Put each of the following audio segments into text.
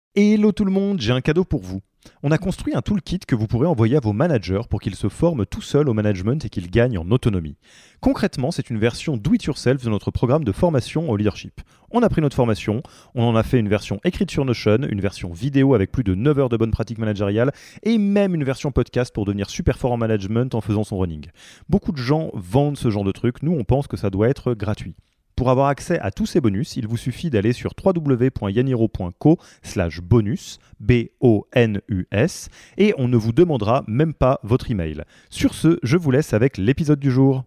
Hello tout le monde, j'ai un cadeau pour vous. On a construit un toolkit que vous pourrez envoyer à vos managers pour qu'ils se forment tout seuls au management et qu'ils gagnent en autonomie. Concrètement, c'est une version do-it-yourself de notre programme de formation au leadership. On a pris notre formation, on en a fait une version écrite sur Notion, une version vidéo avec plus de 9 heures de bonnes pratiques managériales et même une version podcast pour devenir super fort en management en faisant son running. Beaucoup de gens vendent ce genre de truc, nous on pense que ça doit être gratuit. Pour avoir accès à tous ces bonus, il vous suffit d'aller sur www.yaniro.co/bonus, B-O-N-U-S, et on ne vous demandera même pas votre email. Sur ce, je vous laisse avec l'épisode du jour.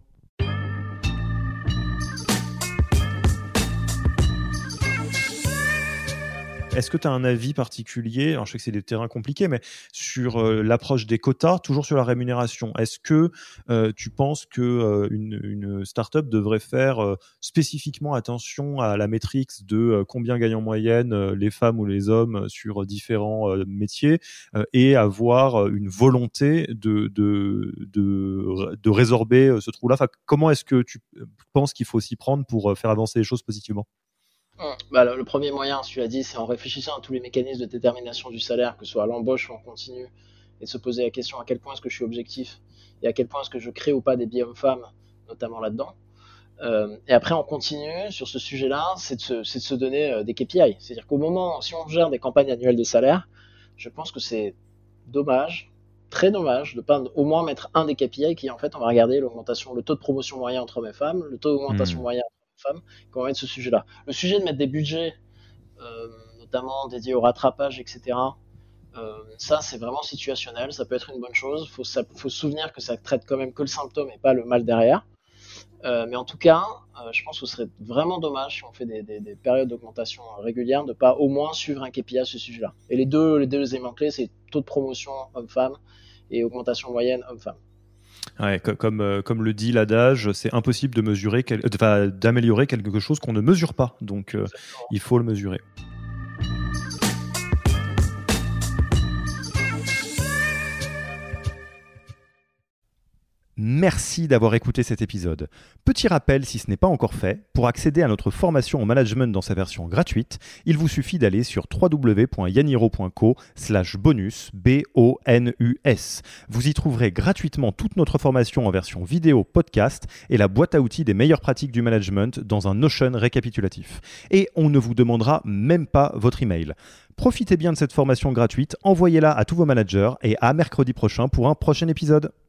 Est-ce que tu as un avis particulier, alors je sais que c'est des terrains compliqués, mais sur l'approche des quotas, toujours sur la rémunération? Est-ce que tu penses qu'une start-up devrait faire spécifiquement attention à la métrique de combien gagnent en moyenne les femmes ou les hommes sur différents métiers et avoir une volonté de résorber ce trou-là? Enfin, comment est-ce que tu penses qu'il faut s'y prendre pour faire avancer les choses positivement? Le premier moyen, tu l'as dit, c'est en réfléchissant à tous les mécanismes de détermination du salaire, que ce soit à l'embauche ou en continu, et de se poser la question à quel point est-ce que je suis objectif et à quel point est-ce que je crée ou pas des biais hommes-femmes, notamment là-dedans. Et après, en continu, sur ce sujet-là, c'est de se donner des KPI. C'est-à-dire qu'au moment, si on gère des campagnes annuelles des salaires, je pense que c'est dommage, très dommage, de pas au moins mettre un des KPI qui, en fait, on va regarder l'augmentation, le taux de promotion moyen entre hommes et femmes, le taux d'augmentation moyen femmes, qu'on va mettre ce sujet-là. Le sujet de mettre des budgets, notamment dédiés au rattrapage, etc., ça, c'est vraiment situationnel. Ça peut être une bonne chose. Faut se souvenir que ça traite quand même que le symptôme et pas le mal derrière. Mais en tout cas, je pense que ce serait vraiment dommage si on fait des périodes d'augmentation régulières de ne pas au moins suivre un KPI à ce sujet-là. Et les deux éléments clés, c'est taux de promotion homme-femme et augmentation moyenne homme-femme. Ouais, comme le dit l'adage, c'est impossible de mesurer d'améliorer quelque chose qu'on ne mesure pas. Donc, il faut le mesurer. Merci d'avoir écouté cet épisode. Petit rappel, si ce n'est pas encore fait, pour accéder à notre formation au management dans sa version gratuite, il vous suffit d'aller sur www.yaniro.co/bonus, B-O-N-U-S. Vous y trouverez gratuitement toute notre formation en version vidéo, podcast et la boîte à outils des meilleures pratiques du management dans un Notion récapitulatif. Et on ne vous demandera même pas votre email. Profitez bien de cette formation gratuite, envoyez-la à tous vos managers et à mercredi prochain pour un prochain épisode.